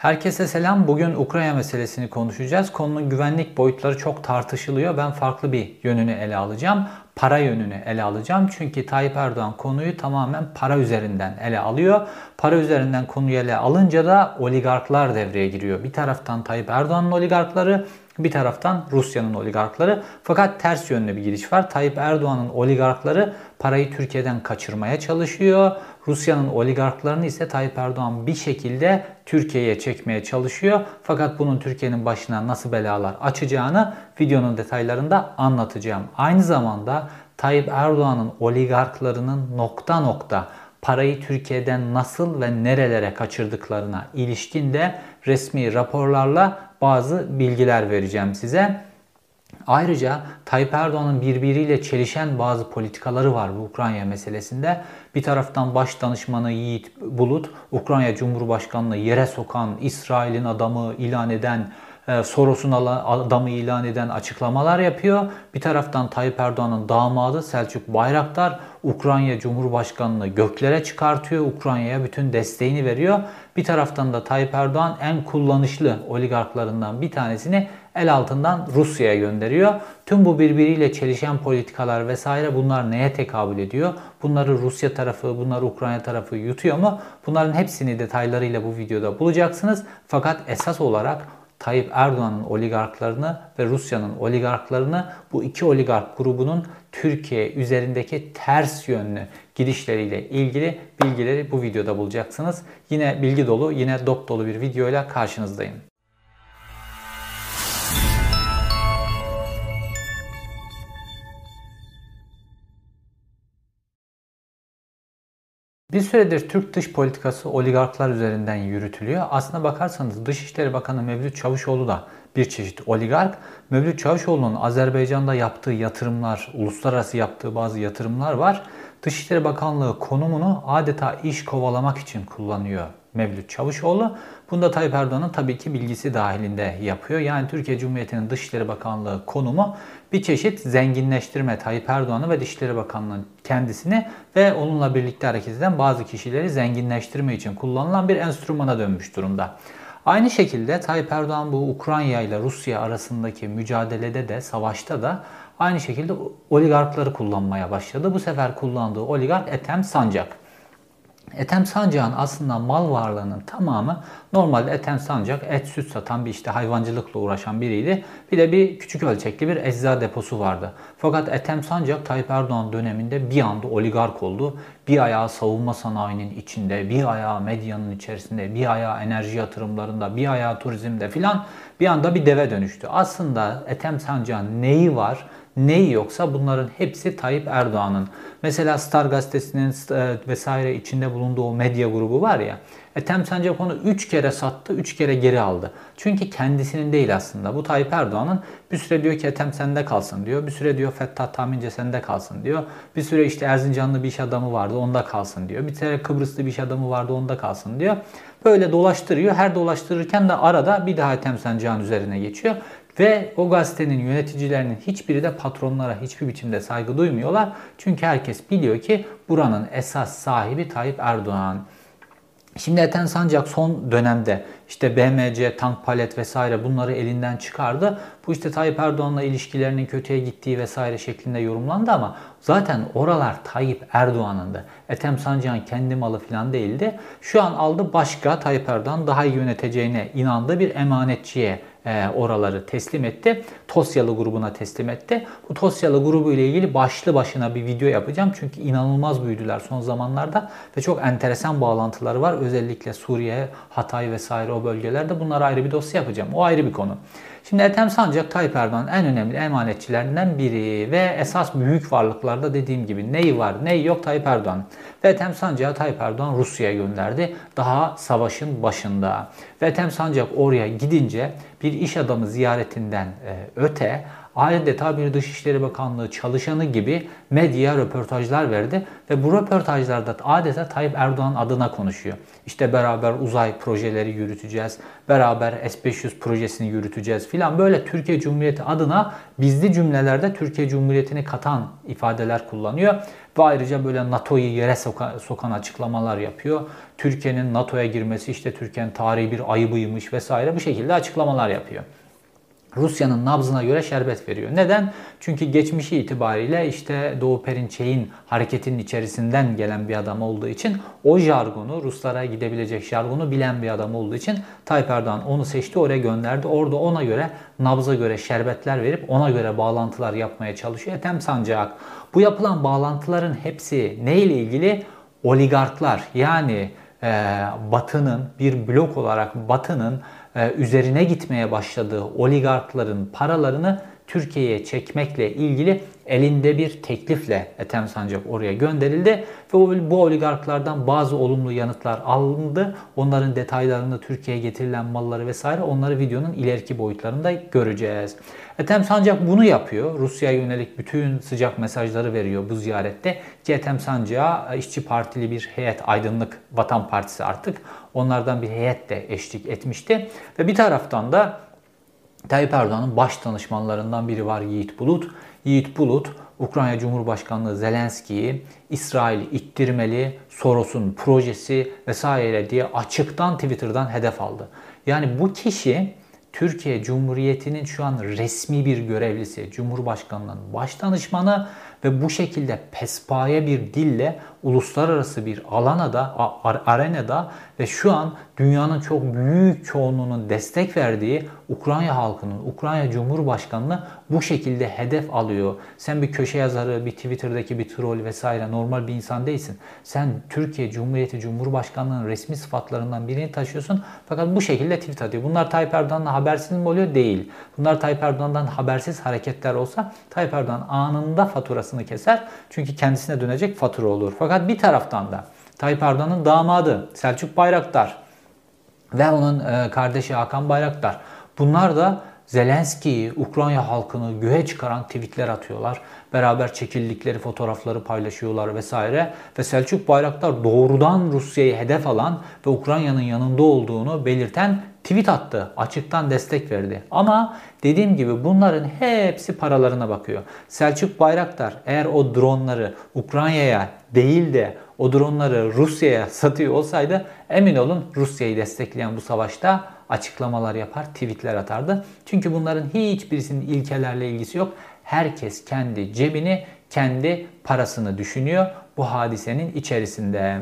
Herkese selam. Bugün Ukrayna meselesini konuşacağız. Konunun güvenlik boyutları çok tartışılıyor. Ben farklı bir yönünü ele alacağım. Para yönünü ele alacağım. Çünkü Tayyip Erdoğan konuyu tamamen para üzerinden ele alıyor. Para üzerinden konuyu ele alınca da oligarklar devreye giriyor. Bir taraftan Tayyip Erdoğan'ın oligarkları, bir taraftan Rusya'nın oligarkları. Fakat ters yönlü bir giriş var. Tayyip Erdoğan'ın oligarkları parayı Türkiye'den kaçırmaya çalışıyor. Rusya'nın oligarklarını ise Tayyip Erdoğan bir şekilde Türkiye'ye çekmeye çalışıyor. Fakat bunun Türkiye'nin başına nasıl belalar açacağını videonun detaylarında anlatacağım. Aynı zamanda Tayyip Erdoğan'ın oligarklarının nokta nokta parayı Türkiye'den nasıl ve nerelere kaçırdıklarına ilişkin de resmi raporlarla bazı bilgiler vereceğim size. Ayrıca Tayyip Erdoğan'ın birbiriyle çelişen bazı politikaları var bu Ukrayna meselesinde. Bir taraftan Başdanışmanı Yiğit Bulut, Ukrayna Cumhurbaşkanı'nı yere sokan, İsrail'in adamı ilan eden, Soros'un adamı ilan eden açıklamalar yapıyor. Bir taraftan Tayyip Erdoğan'ın damadı Selçuk Bayraktar Ukrayna Cumhurbaşkanı'nı göklere çıkartıyor. Ukrayna'ya bütün desteğini veriyor. Bir taraftan da Tayyip Erdoğan en kullanışlı oligarklarından bir tanesini el altından Rusya'ya gönderiyor. Tüm bu birbiriyle çelişen politikalar vesaire bunlar neye tekabül ediyor? Bunları Rusya tarafı, bunları Ukrayna tarafı yutuyor mu? Bunların hepsini detaylarıyla bu videoda bulacaksınız. Fakat esas olarak Tayyip Erdoğan'ın oligarklarını ve Rusya'nın oligarklarını bu iki oligark grubunun Türkiye üzerindeki ters yönlü gidişleriyle ilgili bilgileri bu videoda bulacaksınız. Yine bilgi dolu, yine dop dolu bir videoyla karşınızdayım. Bir süredir Türk dış politikası oligarklar üzerinden yürütülüyor. Aslına bakarsanız Dışişleri Bakanı Mevlüt Çavuşoğlu da bir çeşit oligark. Mevlüt Çavuşoğlu'nun Azerbaycan'da yaptığı yatırımlar, uluslararası yaptığı bazı yatırımlar var. Dışişleri Bakanlığı konumunu adeta iş kovalamak için kullanıyor Mevlüt Çavuşoğlu. Bunda Tayyip Erdoğan'ın tabii ki bilgisi dahilinde yapıyor. Yani Türkiye Cumhuriyeti'nin Dışişleri Bakanlığı konumu bir çeşit zenginleştirme, Tayyip Erdoğan'ı ve Dışişleri Bakanlığı'nın kendisini ve onunla birlikte hareket eden bazı kişileri zenginleştirme için kullanılan bir enstrümana dönmüş durumda. Aynı şekilde Tayyip Erdoğan bu Ukrayna ile Rusya arasındaki mücadelede de, savaşta da aynı şekilde oligarkları kullanmaya başladı. Bu sefer kullandığı oligark Ethem Sancak. Ethem Sancak'ın aslında mal varlığının tamamı, normalde Ethem Sancak et süt satan bir hayvancılıkla uğraşan biriydi. Bir de bir küçük ölçekli bir eczacı deposu vardı. Fakat Ethem Sancak Tayyip Erdoğan döneminde bir anda oligark oldu. Bir ayağı savunma sanayinin içinde, bir ayağı medyanın içerisinde, bir ayağı enerji yatırımlarında, bir ayağı turizmde filan bir anda bir deve dönüştü. Aslında Ethem Sancak'ın neyi var, neyi yoksa bunların hepsi Tayyip Erdoğan'ın. Mesela Star Gazetesi'nin vesaire içinde bulunduğu o medya grubu var ya. Ethem Sancak onu 3 kere sattı, 3 kere geri aldı. Çünkü kendisinin değil aslında. Bu Tayyip Erdoğan'ın. Bir süre diyor ki Ethem sende kalsın diyor. Bir süre diyor Fettah Tahmince sende kalsın diyor. Bir süre işte Erzincanlı bir iş adamı vardı, onda kalsın diyor. Bir süre Kıbrıslı bir iş adamı vardı, onda kalsın diyor. Böyle dolaştırıyor. Her dolaştırırken de arada bir daha Ethem Sancak'ın üzerine geçiyor. Ve o gazetenin yöneticilerinin hiçbiri de patronlara hiçbir biçimde saygı duymuyorlar. Çünkü herkes biliyor ki buranın esas sahibi Tayyip Erdoğan. Şimdi Ethem Sancak son dönemde işte BMC, tank palet vesaire bunları elinden çıkardı. Bu işte Tayyip Erdoğan'la ilişkilerinin kötüye gittiği vesaire şeklinde yorumlandı ama zaten oralar Tayyip Erdoğan'ındı. Ethem Sancak'ın kendi malı falan değildi. Şu an aldı başka Tayyip Erdoğan daha iyi yöneteceğine inandığı bir emanetçiye oraları teslim etti. Tosyalı grubuna teslim etti. Bu Tosyalı grubu ile ilgili başlı başına bir video yapacağım. Çünkü inanılmaz büyüdüler son zamanlarda ve çok enteresan bağlantıları var. Özellikle Suriye, Hatay vesaire o bölgelerde bunlara ayrı bir dosya yapacağım. O ayrı bir konu. Şimdi Ethem Sancak Tayyip Erdoğan'ın en önemli emanetçilerinden biri ve esas büyük varlıklarda dediğim gibi neyi var neyi yok Tayyip Erdoğan. Ve Ethem Sancak'ı Tayyip Erdoğan Rusya'ya gönderdi daha savaşın başında. Ve Ethem Sancak oraya gidince bir iş adamı ziyaretinden öte adeta bir Dışişleri Bakanlığı çalışanı gibi medyaya röportajlar verdi ve bu röportajlarda adeta Tayyip Erdoğan adına konuşuyor. İşte beraber uzay projeleri yürüteceğiz, beraber S-500 projesini yürüteceğiz filan, böyle Türkiye Cumhuriyeti adına bizli cümlelerde Türkiye Cumhuriyeti'ni katan ifadeler kullanıyor. Ve ayrıca böyle NATO'yu yere sokan açıklamalar yapıyor. Türkiye'nin NATO'ya girmesi işte Türkiye'nin tarihi bir ayıbıymış vesaire, bu şekilde açıklamalar yapıyor. Rusya'nın nabzına göre şerbet veriyor. Neden? Çünkü geçmişi itibariyle işte Doğu Perinçek'in hareketinin içerisinden gelen bir adam olduğu için, o jargonu, Ruslara gidebilecek jargonu bilen bir adam olduğu için Tayyip Erdoğan onu seçti, oraya gönderdi. Orada ona göre, nabza göre şerbetler verip ona göre bağlantılar yapmaya çalışıyor Ethem Sancak. Bu yapılan bağlantıların hepsi neyle ilgili? Oligarklar, yani Batı'nın, bir blok olarak Batı'nın üzerine gitmeye başladığı oligarkların paralarını Türkiye'ye çekmekle ilgili elinde bir teklifle Ethem Sancak oraya gönderildi ve bu oligarklardan bazı olumlu yanıtlar alındı. Onların detaylarını, Türkiye'ye getirilen malları vesaire, onları videonun ileriki boyutlarında göreceğiz. Ethem Sancak bunu yapıyor. Rusya'ya yönelik bütün sıcak mesajları veriyor bu ziyarette. Ki Ethem Sancak'a İşçi Partili bir heyet, Aydınlık Vatan Partisi artık, onlardan bir heyet de eşlik etmişti. Ve bir taraftan da Tayyip Erdoğan'ın baş danışmanlarından biri var, Yiğit Bulut. Yiğit Bulut, Ukrayna Cumhurbaşkanlığı Zelenski'yi İsrail'i ittirmeli, Soros'un projesi vesaire diye açıktan Twitter'dan hedef aldı. Yani bu kişi Türkiye Cumhuriyeti'nin şu an resmi bir görevlisi, Cumhurbaşkanlığı'nın baş danışmanı ve bu şekilde pespaye bir dille uluslararası bir arenada ve şu an dünyanın çok büyük çoğunluğunun destek verdiği Ukrayna halkının, Ukrayna Cumhurbaşkanı'nı bu şekilde hedef alıyor. Sen bir köşe yazarı, bir Twitter'daki bir troll vesaire normal bir insan değilsin. Sen Türkiye Cumhuriyeti Cumhurbaşkanlığı'nın resmi sıfatlarından birini taşıyorsun fakat bu şekilde tweet atıyor. Bunlar Tayyip Erdoğan'la habersiz mi oluyor? Değil. Bunlar Tayyip Erdoğan'dan habersiz hareketler olsa Tayyip Erdoğan anında faturasını keser. Çünkü kendisine dönecek fatura olur. Fakat bir taraftan da Tayyip Erdoğan'ın damadı Selçuk Bayraktar ve onun kardeşi Hakan Bayraktar, bunlar da Zelenski'yi, Ukrayna halkını göğe çıkaran tweetler atıyorlar. Beraber çekildikleri fotoğrafları paylaşıyorlar vesaire. Ve Selçuk Bayraktar doğrudan Rusya'yı hedef alan ve Ukrayna'nın yanında olduğunu belirten tweet attı. Açıktan destek verdi. Ama dediğim gibi bunların hepsi paralarına bakıyor. Selçuk Bayraktar eğer o dronları Ukrayna'ya değil de o dronları Rusya'ya satıyor olsaydı, emin olun Rusya'yı destekleyen bu savaşta açıklamalar yapar, tweetler atardı. Çünkü bunların hiçbirisinin ilkelerle ilgisi yok. Herkes kendi cebini, kendi parasını düşünüyor bu hadisenin içerisinde.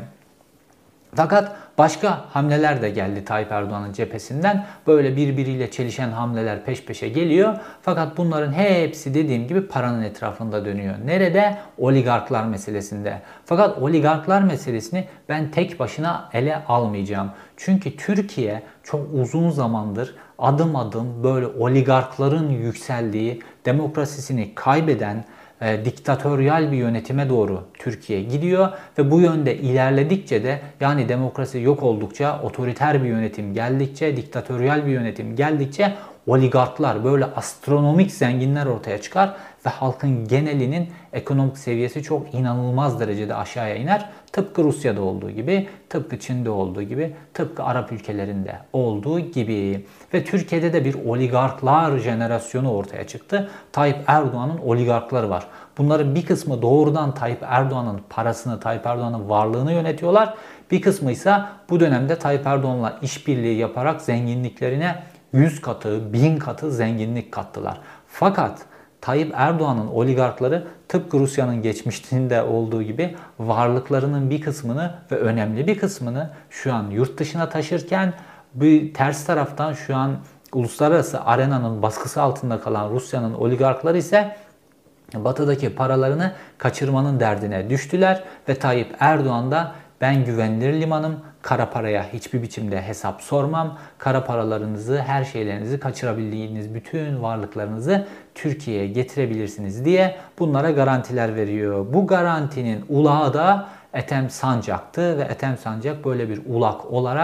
Fakat başka hamleler de geldi Tayyip Erdoğan'ın cephesinden. Böyle birbiriyle çelişen hamleler peş peşe geliyor. Fakat bunların hepsi dediğim gibi paranın etrafında dönüyor. Nerede? Oligarklar meselesinde. Fakat oligarklar meselesini ben tek başına ele almayacağım. Çünkü Türkiye çok uzun zamandır adım adım böyle oligarkların yükseldiği, demokrasisini kaybeden, diktatöryal bir yönetime doğru Türkiye gidiyor ve bu yönde ilerledikçe de, yani demokrasi yok oldukça, otoriter bir yönetim geldikçe, diktatöryal bir yönetim geldikçe oligarklar, böyle astronomik zenginler ortaya çıkar ve halkın genelinin ekonomik seviyesi çok inanılmaz derecede aşağıya iner. Tıpkı Rusya'da olduğu gibi, tıpkı Çin'de olduğu gibi, tıpkı Arap ülkelerinde olduğu gibi. Ve Türkiye'de de bir oligarklar jenerasyonu ortaya çıktı. Tayyip Erdoğan'ın oligarkları var. Bunların bir kısmı doğrudan Tayyip Erdoğan'ın parasını, Tayyip Erdoğan'ın varlığını yönetiyorlar. Bir kısmı ise bu dönemde Tayyip Erdoğan'la işbirliği yaparak zenginliklerine 100 katı, 1000 katı zenginlik kattılar. Fakat Tayyip Erdoğan'ın oligarkları tıpkı Rusya'nın geçmişinde olduğu gibi varlıklarının bir kısmını ve önemli bir kısmını şu an yurt dışına taşırken, bir ters taraftan şu an uluslararası arenanın baskısı altında kalan Rusya'nın oligarkları ise batıdaki paralarını kaçırmanın derdine düştüler ve Tayyip Erdoğan da ben güvenilir limanım, kara paraya hiçbir biçimde hesap sormam, kara paralarınızı, her şeylerinizi, kaçırabildiğiniz bütün varlıklarınızı Türkiye'ye getirebilirsiniz diye bunlara garantiler veriyor. Bu garantinin ulağı da Ethem Sancak'tı ve Ethem Sancak böyle bir ulak olarak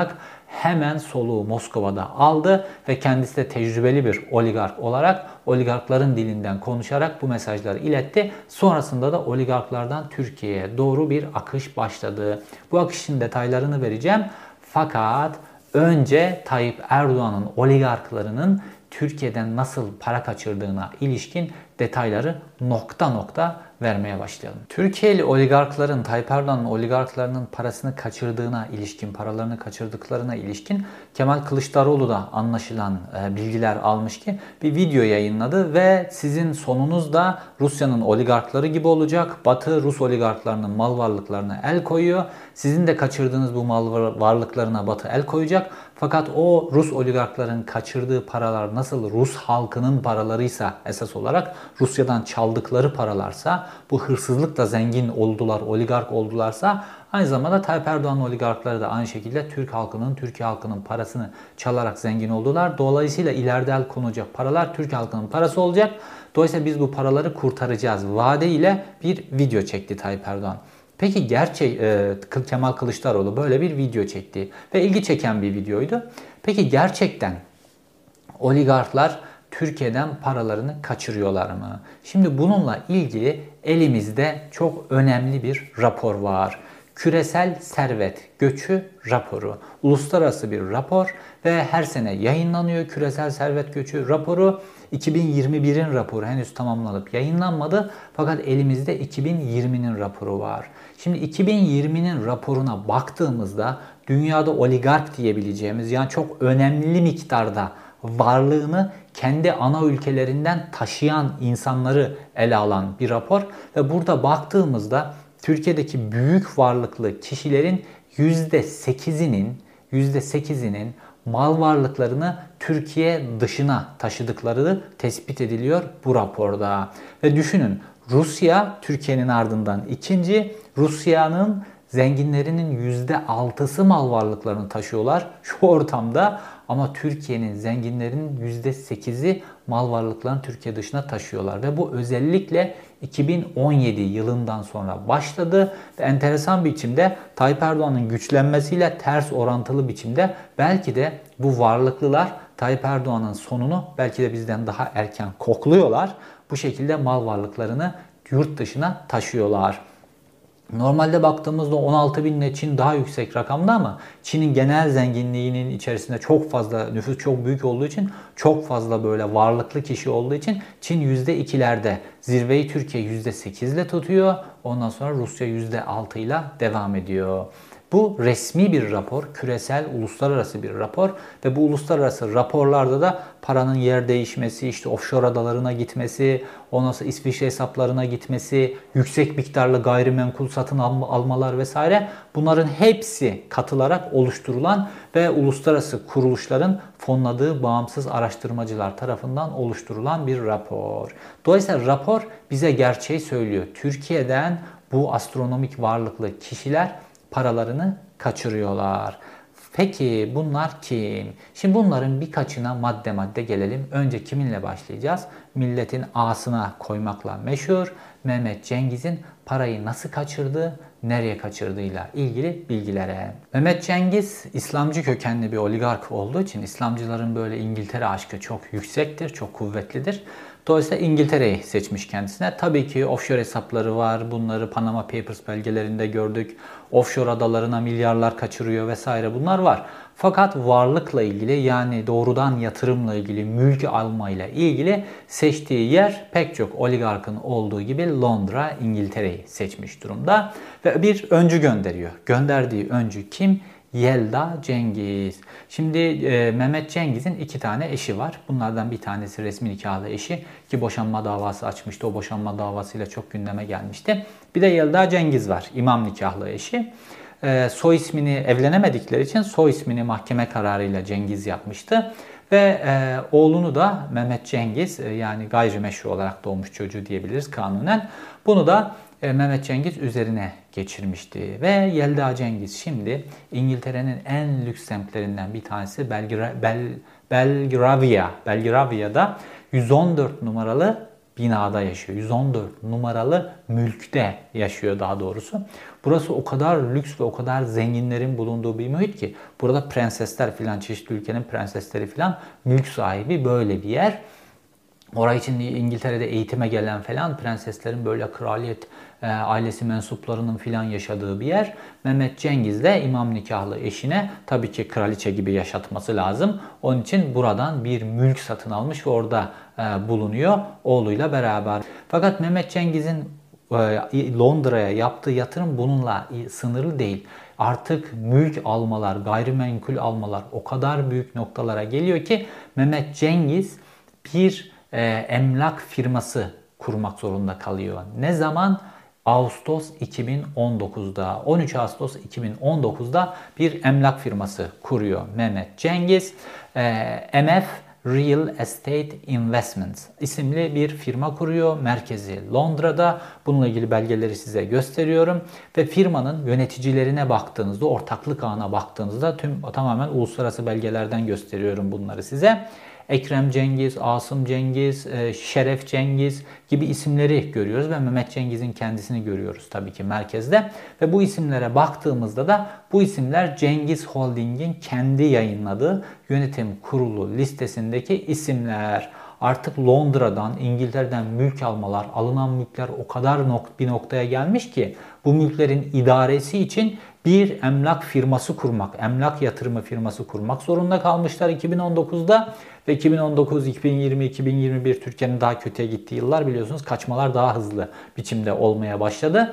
hemen soluğu Moskova'da aldı ve kendisi de tecrübeli bir oligark olarak oligarkların dilinden konuşarak bu mesajları iletti. Sonrasında da oligarklardan Türkiye'ye doğru bir akış başladı. Bu akışın detaylarını vereceğim. Fakat önce Tayyip Erdoğan'ın oligarklarının Türkiye'den nasıl para kaçırdığına ilişkin detayları nokta nokta vermeye başlayalım. Türkiye'li oligarkların, Tayyip Erdoğan'ın oligarklarının parasını kaçırdığına ilişkin, paralarını kaçırdıklarına ilişkin Kemal Kılıçdaroğlu da anlaşılan bilgiler almış ki bir video yayınladı ve sizin sonunuz da Rusya'nın oligarkları gibi olacak. Batı Rus oligarklarının mal varlıklarına el koyuyor. Sizin de kaçırdığınız bu mal varlıklarına Batı el koyacak. Fakat o Rus oligarkların kaçırdığı paralar nasıl Rus halkının paralarıysa esas olarak Rusya'dan çaldıkları paralarsa, bu hırsızlıkla zengin oldular, oligark oldularsa aynı zamanda Tayyip Erdoğan oligarkları da aynı şekilde Türk halkının, Türkiye halkının parasını çalarak zengin oldular. Dolayısıyla ileride el konacak paralar Türk halkının parası olacak. Dolayısıyla biz bu paraları kurtaracağız vaadiyle bir video çekti Tayyip Erdoğan. Peki Kemal Kılıçdaroğlu böyle bir video çekti ve ilgi çeken bir videoydu. Peki gerçekten oligarklar Türkiye'den paralarını kaçırıyorlar mı? Şimdi bununla ilgili elimizde çok önemli bir rapor var. Küresel Servet Göçü raporu. Uluslararası bir rapor ve her sene yayınlanıyor Küresel Servet Göçü raporu. 2021'in raporu henüz tamamlanıp yayınlanmadı fakat elimizde 2020'nin raporu var. Şimdi 2020'nin raporuna baktığımızda dünyada oligark diyebileceğimiz yani çok önemli miktarda varlığını kendi ana ülkelerinden taşıyan insanları ele alan bir rapor ve burada baktığımızda Türkiye'deki büyük varlıklı kişilerin %8'inin mal varlıklarını Türkiye dışına taşıdıkları tespit ediliyor bu raporda. Ve düşünün Rusya Türkiye'nin ardından ikinci, Rusya'nın zenginlerinin %6'sı mal varlıklarını taşıyorlar şu ortamda ama Türkiye'nin zenginlerinin %8'i mal varlıklarını Türkiye dışına taşıyorlar ve bu özellikle 2017 yılından sonra başladı ve enteresan bir biçimde Tayyip Erdoğan'ın güçlenmesiyle ters orantılı biçimde belki de bu varlıklılar Tayyip Erdoğan'ın sonunu belki de bizden daha erken kokluyorlar. Bu şekilde mal varlıklarını yurt dışına taşıyorlar. Normalde baktığımızda 16 binle Çin daha yüksek rakamda ama Çin'in genel zenginliğinin içerisinde çok fazla nüfus çok büyük olduğu için çok fazla böyle varlıklı kişi olduğu için Çin %2'lerde zirveyi Türkiye %8 ile tutuyor. Ondan sonra Rusya %6 ile devam ediyor. Bu resmi bir rapor, küresel, uluslararası bir rapor ve bu uluslararası raporlarda da paranın yer değişmesi, işte offshore adalarına gitmesi, ondan sonra İsviçre hesaplarına gitmesi, yüksek miktarlı gayrimenkul satın almalar vesaire bunların hepsi katılarak oluşturulan ve uluslararası kuruluşların fonladığı bağımsız araştırmacılar tarafından oluşturulan bir rapor. Dolayısıyla rapor bize gerçeği söylüyor. Türkiye'den bu astronomik varlıklı kişiler paralarını kaçırıyorlar. Peki bunlar kim? Şimdi bunların birkaçına madde madde gelelim. Önce kiminle başlayacağız? Milletin ağasına koymakla meşhur Mehmet Cengiz'in parayı nasıl kaçırdığı, nereye kaçırdığıyla ilgili bilgilere. Mehmet Cengiz İslamcı kökenli bir oligark olduğu için İslamcıların böyle İngiltere aşkı çok yüksektir, çok kuvvetlidir. Dolayısıyla İngiltere'yi seçmiş kendisine. Tabii ki offshore hesapları var. Bunları Panama Papers belgelerinde gördük. Offshore adalarına milyarlar kaçırıyor vesaire bunlar var. Fakat varlıkla ilgili yani doğrudan yatırımla ilgili, mülk almayla ilgili seçtiği yer pek çok oligarkın olduğu gibi Londra, İngiltere'yi seçmiş durumda. Ve bir öncü gönderiyor. Gönderdiği öncü kim? Yelda Cengiz. Şimdi Mehmet Cengiz'in 2 tane eşi var. Bunlardan bir tanesi resmi nikahlı eşi ki boşanma davası açmıştı. O boşanma davasıyla çok gündeme gelmişti. Bir de Yelda Cengiz var. İmam nikahlı eşi. Soy ismini evlenemedikleri için soy ismini mahkeme kararıyla Cengiz yapmıştı. Ve oğlunu da Mehmet Cengiz yani gayrimeşru olarak doğmuş çocuğu diyebiliriz kanunen. Bunu da Mehmet Cengiz üzerine geçirmişti. Ve Yelda Cengiz şimdi İngiltere'nin en lüks semtlerinden bir tanesi Belgravia'da 114 numaralı binada yaşıyor. 114 numaralı mülkte yaşıyor daha doğrusu. Burası o kadar lüks ve o kadar zenginlerin bulunduğu bir muhit ki burada prensesler filan, çeşitli ülkenin prensesleri filan mülk sahibi, böyle bir yer. Oraya için İngiltere'de eğitime gelen falan prenseslerin, böyle kraliyet ailesi mensuplarının filan yaşadığı bir yer. Mehmet Cengiz de imam nikahlı eşine tabii ki kraliçe gibi yaşatması lazım. Onun için buradan bir mülk satın almış ve orada bulunuyor oğluyla beraber. Fakat Mehmet Cengiz'in Londra'ya yaptığı yatırım bununla sınırlı değil. Artık mülk almalar, gayrimenkul almalar o kadar büyük noktalara geliyor ki Mehmet Cengiz bir emlak firması kurmak zorunda kalıyor. Ne zaman? Ağustos 2019'da, 13 Ağustos 2019'da bir emlak firması kuruyor Mehmet Cengiz. MF Real Estate Investments isimli bir firma kuruyor. Merkezi Londra'da. Bununla ilgili belgeleri size gösteriyorum. Ve firmanın yöneticilerine baktığınızda, ortaklık ağına baktığınızda tamamen uluslararası belgelerden gösteriyorum bunları size. Ekrem Cengiz, Asım Cengiz, Şeref Cengiz gibi isimleri görüyoruz ve Mehmet Cengiz'in kendisini görüyoruz tabii ki merkezde. Ve bu isimlere baktığımızda da bu isimler Cengiz Holding'in kendi yayınladığı yönetim kurulu listesindeki isimler. Artık Londra'dan, İngiltere'den mülk almalar, alınan mülkler o kadar bir noktaya gelmiş ki bu mülklerin idaresi için bir emlak firması kurmak, emlak yatırımı firması kurmak zorunda kalmışlar 2019'da. Ve 2019, 2020, 2021 Türkiye'nin daha kötüye gittiği yıllar, biliyorsunuz kaçmalar daha hızlı biçimde olmaya başladı.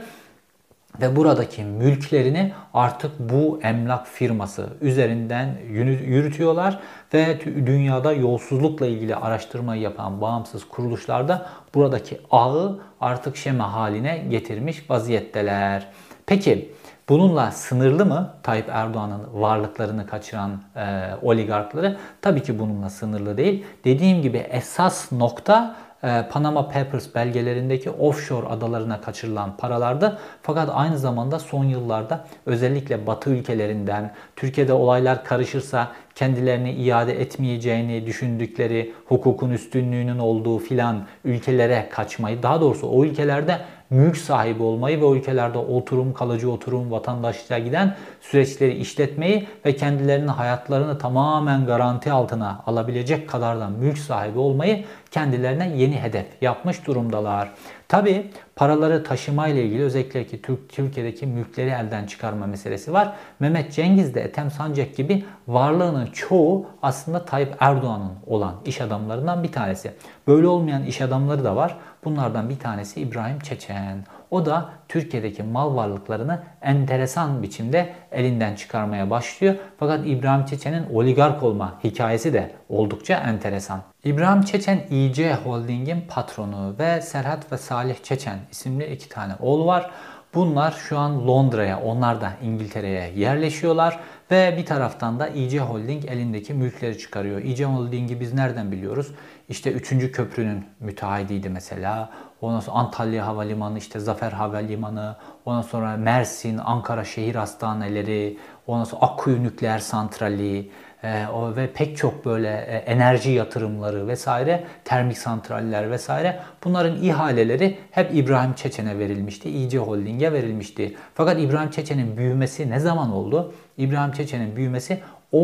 Ve buradaki mülklerini artık bu emlak firması üzerinden yürütüyorlar. Ve dünyada yolsuzlukla ilgili araştırmayı yapan bağımsız kuruluşlar da buradaki ağı artık şema haline getirmiş vaziyetteler. Peki bununla sınırlı mı Tayyip Erdoğan'ın varlıklarını kaçıran oligarkları? Tabii ki bununla sınırlı değil. Dediğim gibi esas nokta Panama Papers belgelerindeki offshore adalarına kaçırılan paralardı. Fakat aynı zamanda son yıllarda özellikle Batı ülkelerinden, Türkiye'de olaylar karışırsa kendilerini iade etmeyeceğini düşündükleri, hukukun üstünlüğünün olduğu filan ülkelere kaçmayı, daha doğrusu o ülkelerde mülk sahibi olmayı ve o ülkelerde oturum, kalıcı oturum, vatandaşlığa giden süreçleri işletmeyi ve kendilerinin hayatlarını tamamen garanti altına alabilecek kadar da mülk sahibi olmayı kendilerine yeni hedef yapmış durumdalar. Tabi paraları taşımayla ilgili özellikle ki Türkiye'deki mülkleri elden çıkarma meselesi var. Mehmet Cengiz de Ethem Sancak gibi varlığının çoğu aslında Tayyip Erdoğan'ın olan iş adamlarından bir tanesi. Böyle olmayan iş adamları da var. Bunlardan bir tanesi İbrahim Çeçen. O da Türkiye'deki mal varlıklarını enteresan biçimde elinden çıkarmaya başlıyor. Fakat İbrahim Çeçen'in oligark olma hikayesi de oldukça enteresan. İbrahim Çeçen İC Holding'in patronu ve Serhat ve Salih Çeçen isimli iki tane oğlu var. Bunlar şu an Londra'ya, onlar da İngiltere'ye yerleşiyorlar ve bir taraftan da İC Holding elindeki mülkleri çıkarıyor. İC Holding'i biz nereden biliyoruz? İşte 3. köprünün müteahhidiydi mesela. Ondan sonra Antalya Havalimanı, işte Zafer Havalimanı, ondan sonra Mersin, Ankara Şehir Hastaneleri, ondan sonra Akkuyu Nükleer Santrali ve pek çok böyle enerji yatırımları vesaire, termik santraller vesaire, bunların ihaleleri hep İbrahim Çeçen'e verilmişti, İC Holding'e verilmişti. Fakat İbrahim Çeçen'in büyümesi ne zaman oldu? İbrahim Çeçen'in büyümesi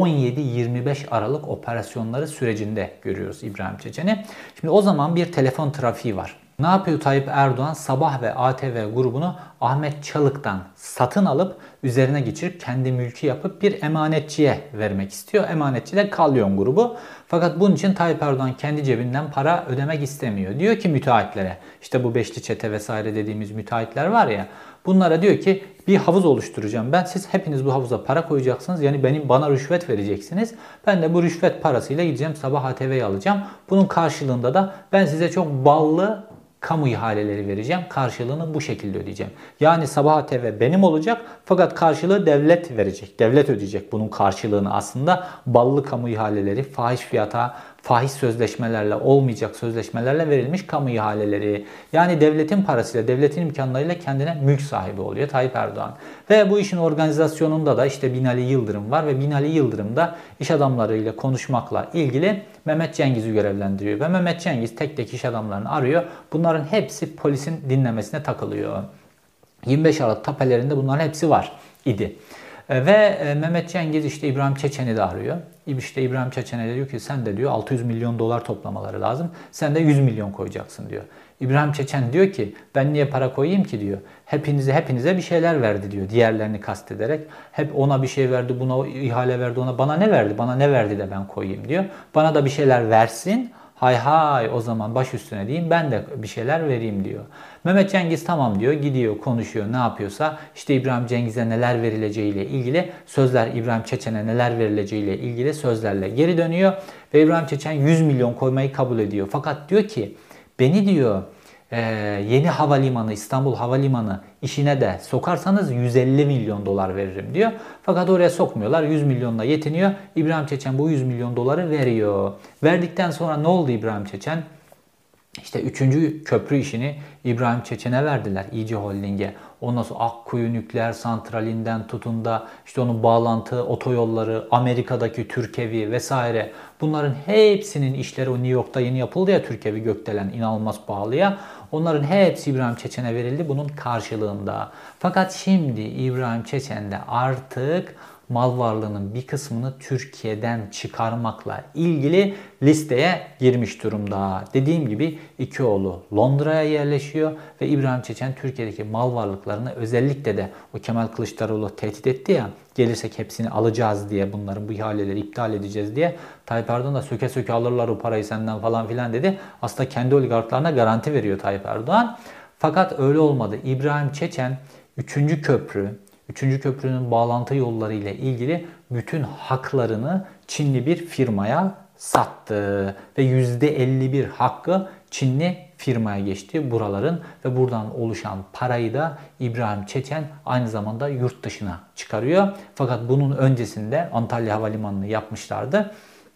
17-25 Aralık operasyonları sürecinde görüyoruz İbrahim Çeçen'i. Şimdi o zaman bir telefon trafiği var. Ne yapıyor Tayyip Erdoğan? Sabah ve ATV grubunu Ahmet Çalık'tan satın alıp üzerine geçirip kendi mülkü yapıp bir emanetçiye vermek istiyor. Emanetçi de Kalyon grubu. Fakat bunun için Tayyip Erdoğan kendi cebinden para ödemek istemiyor. Diyor ki müteahhitlere, işte bu beşli çete vesaire dediğimiz müteahhitler var ya, bunlara diyor ki bir havuz oluşturacağım ben. Siz hepiniz bu havuza para koyacaksınız. Yani bana rüşvet vereceksiniz. Ben de bu rüşvet parasıyla gideceğim sabah ATV'yi alacağım. Bunun karşılığında da ben size çok ballı kamu ihaleleri vereceğim. Karşılığını bu şekilde ödeyeceğim. Yani Sabah ATV benim olacak fakat karşılığı devlet verecek. Devlet ödeyecek bunun karşılığını aslında. Ballı kamu ihaleleri, fahiş fiyata faiz sözleşmelerle, olmayacak sözleşmelerle verilmiş kamu ihaleleri. Yani devletin parasıyla, devletin imkanlarıyla kendine mülk sahibi oluyor Tayyip Erdoğan. Ve bu işin organizasyonunda da işte Binali Yıldırım var ve Binali Yıldırım da iş adamlarıyla konuşmakla ilgili Mehmet Cengiz'i görevlendiriyor. Ve Mehmet Cengiz tek tek iş adamlarını arıyor. Bunların hepsi polisin dinlemesine takılıyor. 25 Aralık tapelerinde bunların hepsi var idi. Ve Mehmet Cengiz işte İbrahim Çeçen'i de arıyor. İşte İbrahim Çeçen'e de diyor ki sen de diyor 600 milyon dolar toplamaları lazım. Sen de 100 milyon koyacaksın diyor. İbrahim Çeçen diyor ki ben niye para koyayım ki diyor. Hepinize bir şeyler verdi diyor. Diğerlerini kastederek. Hep ona bir şey verdi, buna ihale verdi, ona bana ne verdi? Bana ne verdi de ben koyayım diyor. Bana da bir şeyler versin. Hay hay o zaman baş üstüne diyeyim ben de bir şeyler vereyim diyor. Mehmet Cengiz tamam diyor, gidiyor konuşuyor ne yapıyorsa işte İbrahim Cengiz'e neler verileceğiyle ilgili sözler, İbrahim Çeçen'e neler verileceğiyle ilgili sözlerle geri dönüyor ve İbrahim Çeçen 100 milyon koymayı kabul ediyor. Fakat diyor ki beni diyor yeni havalimanı, İstanbul Havalimanı işine de sokarsanız 150 milyon dolar veririm diyor. Fakat oraya sokmuyorlar. 100 milyonla yetiniyor. İbrahim Çeçen bu 100 milyon doları veriyor. Verdikten sonra ne oldu İbrahim Çeçen? İşte 3. köprü işini İbrahim Çeçen'e verdiler. İC Holding'e. Ondan sonra Akkuyu Nükleer Santrali'nden tutun da işte onun bağlantı, otoyolları, Amerika'daki Türkevi vesaire. Bunların hepsinin işleri o New York'ta yeni yapıldı ya Türkevi gökdelen inanılmaz pahalıya. Onların hepsi İbrahim Çeçen'e verildi bunun karşılığında. Fakat şimdi İbrahim Çeçen de artık mal varlığının bir kısmını Türkiye'den çıkarmakla ilgili listeye girmiş durumda. Dediğim gibi iki oğlu Londra'ya yerleşiyor ve İbrahim Çeçen Türkiye'deki mal varlıklarını özellikle de o Kemal Kılıçdaroğlu tehdit etti ya gelirsek hepsini alacağız diye bunların bu ihaleleri iptal edeceğiz diye Tayyip Erdoğan da söke söke alırlar o parayı senden falan filan dedi. Aslında kendi oligarklarına garanti veriyor Tayyip Erdoğan. Fakat öyle olmadı. İbrahim Çeçen 3. köprünün bağlantı yolları ile ilgili bütün haklarını Çinli bir firmaya sattı. Ve %51 hakkı Çinli firmaya geçti buraların ve buradan oluşan parayı da İbrahim Çeçen aynı zamanda yurt dışına çıkarıyor. Fakat bunun öncesinde Antalya Havalimanı'nı yapmışlardı.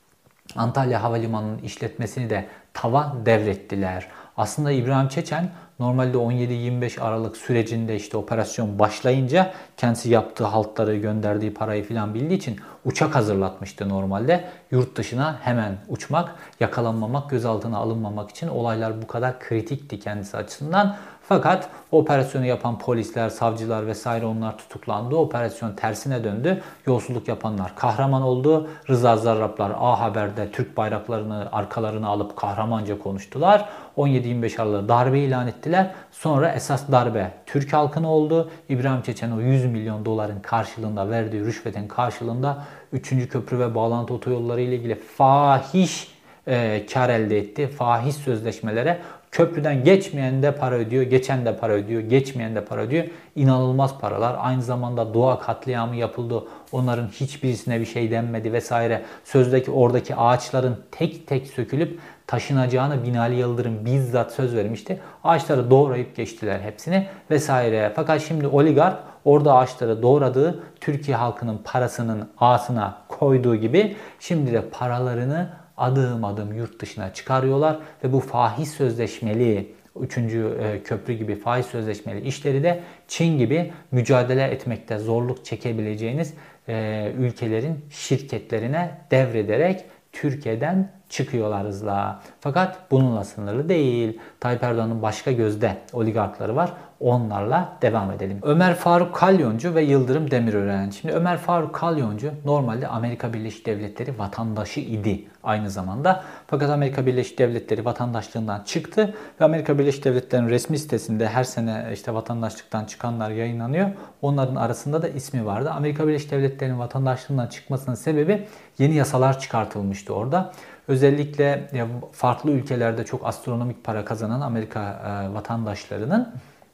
Antalya Havalimanı'nın işletmesini de TAV'a devrettiler. Aslında İbrahim Çeçen normalde 17-25 Aralık sürecinde işte operasyon başlayınca kendisi yaptığı haltları gönderdiği parayı filan bildiği için uçak hazırlatmıştı normalde. Yurt dışına hemen uçmak, yakalanmamak, gözaltına alınmamak için olaylar bu kadar kritikti kendisi açısından. Fakat operasyonu yapan polisler, savcılar vesaire onlar tutuklandı. Operasyon tersine döndü. Yolsuzluk yapanlar kahraman oldu. Rıza Zarrablar A Haber'de Türk bayraklarını arkalarına alıp kahramanca konuştular. 17-25 Aralık'ta darbe ilan ettiler. Sonra esas darbe Türk halkına oldu. İbrahim Çeçen o 100 milyon doların karşılığında verdiği rüşvetin karşılığında 3. köprü ve bağlantı otoyolları ile ilgili fahiş kar elde etti. Fahiş sözleşmelere köprüden geçmeyen de para ödüyor, geçen de para ödüyor, geçmeyen de para ödüyor. İnanılmaz paralar. Aynı zamanda doğa katliamı yapıldı. Onların hiçbirisine bir şey denmedi vesaire. Sözdeki oradaki ağaçların tek tek sökülüp taşınacağını Binali Yıldırım bizzat söz vermişti. Ağaçları doğrayıp geçtiler hepsini vesaire. Fakat şimdi oligark orada ağaçları doğradığı Türkiye halkının parasının ağasına koyduğu gibi şimdi de paralarını adım adım yurt dışına çıkarıyorlar ve bu faiz sözleşmeli 3. köprü gibi faiz sözleşmeli işleri de Çin gibi mücadele etmekte zorluk çekebileceğiniz ülkelerin şirketlerine devrederek Türkiye'den çıkıyorlar hızla. Fakat bununla sınırlı değil. Tayyip Erdoğan'ın başka gözde oligarkları var. Onlarla devam edelim. Ömer Faruk Kalyoncu ve Yıldırım Demirören. Şimdi Ömer Faruk Kalyoncu normalde Amerika Birleşik Devletleri vatandaşı idi aynı zamanda. Fakat Amerika Birleşik Devletleri vatandaşlığından çıktı ve Amerika Birleşik Devletleri'nin resmi sitesinde her sene işte vatandaşlıktan çıkanlar yayınlanıyor. Onların arasında da ismi vardı. Amerika Birleşik Devletleri'nin vatandaşlığından çıkmasının sebebi yeni yasalar çıkartılmıştı orada. Özellikle farklı ülkelerde çok astronomik para kazanan Amerika vatandaşlarının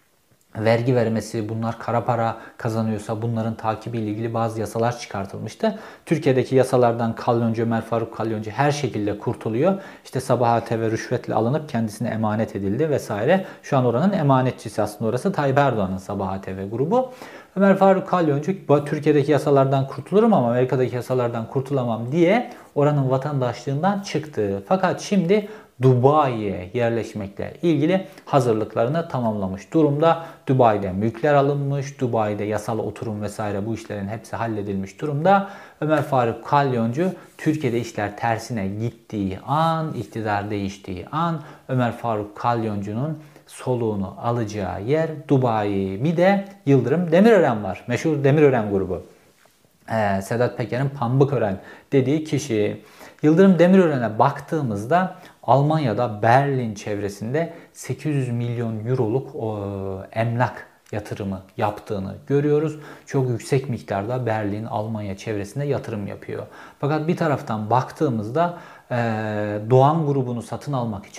vergi vermesi, bunlar kara para kazanıyorsa bunların takibiyle ilgili bazı yasalar çıkartılmıştı. Türkiye'deki yasalardan Kalyoncu, Ömer Faruk Kalyoncu her şekilde kurtuluyor. İşte Sabah ATV rüşvetle alınıp kendisine emanet edildi vesaire. Şu an oranın emanetçisi aslında orası Tayyip Erdoğan'ın Sabah ATV grubu. Ömer Faruk Kalyoncu Türkiye'deki yasalardan kurtulurum ama Amerika'daki yasalardan kurtulamam diye oranın vatandaşlığından çıktı. Fakat şimdi Dubai'ye yerleşmekle ilgili hazırlıklarını tamamlamış durumda. Dubai'de mülkler alınmış, Dubai'de yasal oturum vesaire bu işlerin hepsi halledilmiş durumda. Ömer Faruk Kalyoncu Türkiye'de işler tersine gittiği an, iktidar değiştiği an Ömer Faruk Kalyoncu'nun soluğunu alacağı yer Dubai. Bir de Yıldırım Demirören var. Meşhur Demirören grubu. Sedat Peker'in Pambıkören dediği kişi. Yıldırım Demirören'e baktığımızda Almanya'da Berlin çevresinde 800 milyon euroluk emlak yatırımı yaptığını görüyoruz. Çok yüksek miktarda Berlin, Almanya çevresinde yatırım yapıyor. Fakat bir taraftan baktığımızda Doğan grubunu satın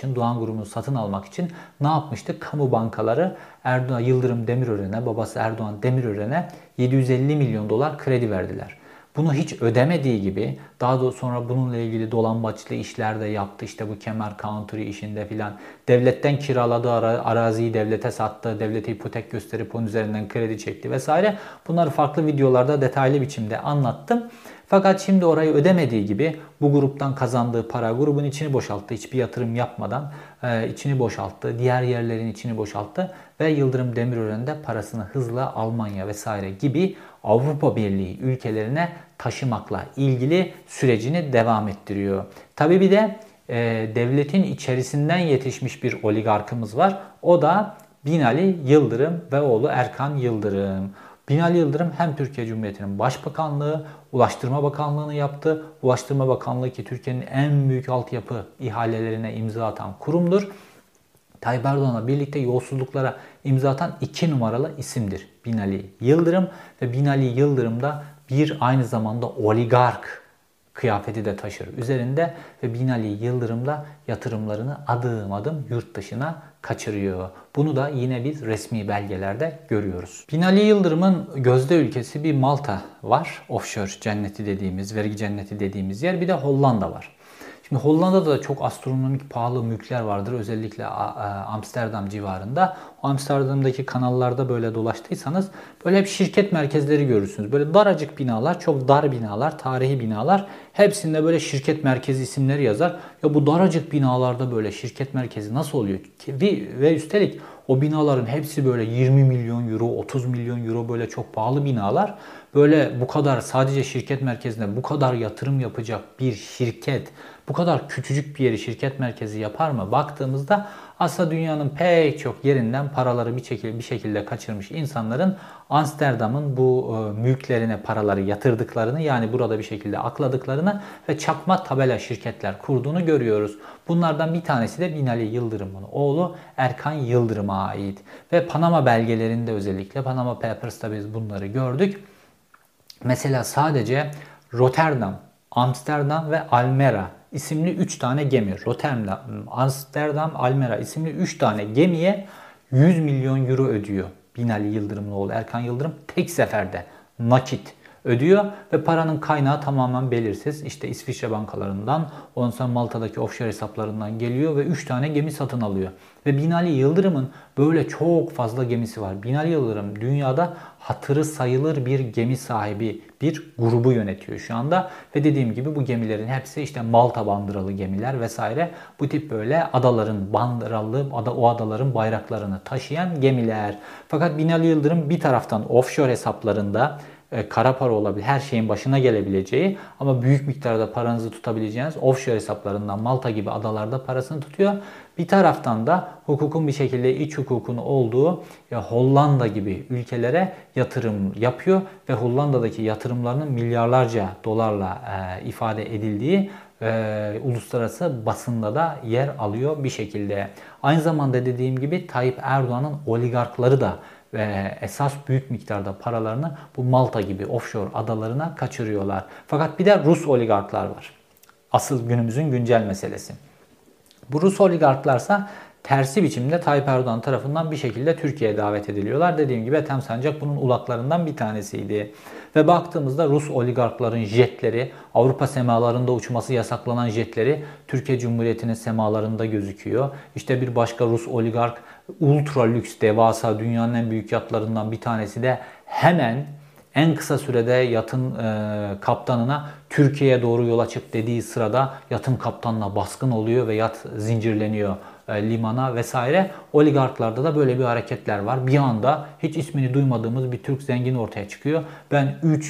almak için ne yapmıştı? Kamu bankaları Yıldırım Demirören'e, babası Erdoğan Demirören'e 750 milyon dolar kredi verdiler. Bunu hiç ödemediği gibi daha da sonra bununla ilgili dolambaçlı işler de yaptı. İşte bu Kemer Country işinde filan devletten kiraladığı araziyi devlete sattı. Devlete ipotek gösterip onun üzerinden kredi çekti vesaire. Bunları farklı videolarda detaylı biçimde anlattım. Fakat şimdi orayı ödemediği gibi bu gruptan kazandığı para grubun içini boşalttı. Hiçbir yatırım yapmadan içini boşalttı. Diğer yerlerin içini boşalttı. Ve Yıldırım Demirören de parasını hızla Almanya vesaire gibi Avrupa Birliği ülkelerine taşımakla ilgili sürecini devam ettiriyor. Tabii bir de devletin içerisinden yetişmiş bir oligarkımız var. O da Binali Yıldırım ve oğlu Erkan Yıldırım. Binali Yıldırım hem Türkiye Cumhuriyeti'nin Başbakanlığı, Ulaştırma Bakanlığı'nı yaptı. Ulaştırma Bakanlığı ki Türkiye'nin en büyük altyapı ihalelerine imza atan kurumdur. Tayyip Erdoğan'la birlikte yolsuzluklara imza atan 2 numaralı isimdir Binali Yıldırım. Ve Binali Yıldırım da bir aynı zamanda oligark kıyafeti de taşır üzerinde ve Binali Yıldırım da yatırımlarını adım adım yurt dışına kaçırıyor. Bunu da yine biz resmi belgelerde görüyoruz. Binali Yıldırım'ın gözde ülkesi bir Malta var. Offshore cenneti dediğimiz, vergi cenneti dediğimiz yer. Bir de Hollanda var. Şimdi Hollanda'da da çok astronomik pahalı mülkler vardır. Özellikle Amsterdam civarında. O Amsterdam'daki kanallarda böyle dolaştıysanız böyle hep şirket merkezleri görürsünüz. Böyle daracık binalar, çok dar binalar, tarihi binalar. Hepsinde böyle şirket merkezi isimleri yazar. Ya bu daracık binalarda böyle şirket merkezi nasıl oluyor? Ve üstelik o binaların hepsi böyle 20 milyon euro, 30 milyon euro böyle çok pahalı binalar. Böyle bu kadar sadece şirket merkezine bu kadar yatırım yapacak bir şirket bu kadar küçücük bir yeri şirket merkezi yapar mı? Baktığımızda aslında dünyanın pek çok yerinden paraları bir şekilde kaçırmış insanların Amsterdam'ın bu mülklerine paraları yatırdıklarını yani burada bir şekilde akladıklarını ve çakma tabela şirketler kurduğunu görüyoruz. Bunlardan bir tanesi de Binali Yıldırım'ın oğlu Erkan Yıldırım'a ait. Ve Panama belgelerinde özellikle Panama Papers'ta biz bunları gördük. Mesela sadece Rotterdam, Amsterdam ve Almera isimli 3 tane gemi. Rotterdam, Amsterdam, Almera isimli 3 tane gemiye 100 milyon euro ödüyor. Binali Yıldırım'ın oğlu Erkan Yıldırım tek seferde nakit ödüyor ve paranın kaynağı tamamen belirsiz. İşte İsviçre bankalarından, ondan sonra Malta'daki offshore hesaplarından geliyor ve 3 tane gemi satın alıyor. Ve Binali Yıldırım'ın böyle çok fazla gemisi var. Binali Yıldırım dünyada hatırı sayılır bir gemi sahibi bir grubu yönetiyor şu anda. Ve dediğim gibi bu gemilerin hepsi işte Malta bandıralı gemiler vesaire. Bu tip böyle adaların bandıralı, o adaların bayraklarını taşıyan gemiler. Fakat Binali Yıldırım bir taraftan offshore hesaplarında kara para olabilir, her şeyin başına gelebileceği ama büyük miktarda paranızı tutabileceğiniz offshore hesaplarından Malta gibi adalarda parasını tutuyor. Bir taraftan da hukukun bir şekilde iç hukukun olduğu Hollanda gibi ülkelere yatırım yapıyor ve Hollanda'daki yatırımlarının milyarlarca dolarla ifade edildiği uluslararası basında da yer alıyor bir şekilde. Aynı zamanda dediğim gibi Tayyip Erdoğan'ın oligarkları da ve esas büyük miktarda paralarını bu Malta gibi offshore adalarına kaçırıyorlar. Fakat bir de Rus oligarklar var. Asıl günümüzün güncel meselesi. Bu Rus oligarklarsa tersi biçimde Tayyip Erdoğan tarafından bir şekilde Türkiye'ye davet ediliyorlar. Dediğim gibi Ethem Sancak bunun ulaklarından bir tanesiydi. Ve baktığımızda Rus oligarkların jetleri, Avrupa semalarında uçması yasaklanan jetleri Türkiye Cumhuriyeti'nin semalarında gözüküyor. İşte bir başka Rus oligark ultra lüks, devasa, dünyanın en büyük yatlarından bir tanesi de hemen en kısa sürede yatın kaptanına Türkiye'ye doğru yola çık dediği sırada yatın kaptanına baskın oluyor ve yat zincirleniyor limana vesaire. Oligarklarda da böyle bir hareketler var. Bir anda hiç ismini duymadığımız bir Türk zengin ortaya çıkıyor. Ben 3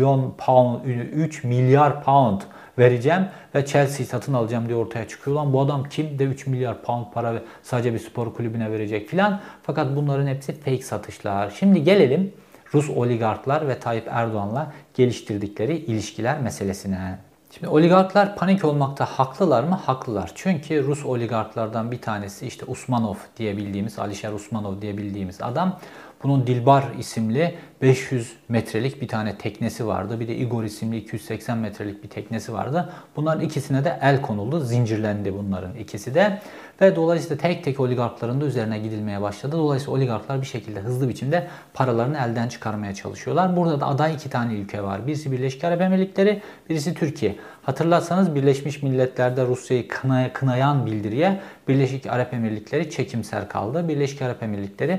milyar pound vereceğim ve Chelsea'yi satın alacağım diye ortaya çıkıyor. Lan bu adam kim de 3 milyar pound para sadece bir spor kulübüne verecek filan. Fakat bunların hepsi fake satışlar. Şimdi gelelim Rus oligarklar ve Tayyip Erdoğan'la geliştirdikleri ilişkiler meselesine. Şimdi oligarklar panik olmakta haklılar mı? Haklılar. Çünkü Rus oligarklardan bir tanesi işte Usmanov diye bildiğimiz, Alişer Usmanov diye bildiğimiz adam. Bunun Dilbar isimli 500 metrelik bir tane teknesi vardı. Bir de Igor isimli 280 metrelik bir teknesi vardı. Bunların ikisine de el konuldu. Zincirlendi bunların ikisi de. Ve dolayısıyla tek tek oligarkların da üzerine gidilmeye başladı. Dolayısıyla oligarklar bir şekilde hızlı biçimde paralarını elden çıkarmaya çalışıyorlar. Burada da aday 2 tane ülke var. Birisi Birleşik Arap Emirlikleri, birisi Türkiye. Hatırlarsanız Birleşmiş Milletler'de Rusya'yı kınayan bildiriye Birleşik Arap Emirlikleri çekimser kaldı. Birleşik Arap Emirlikleri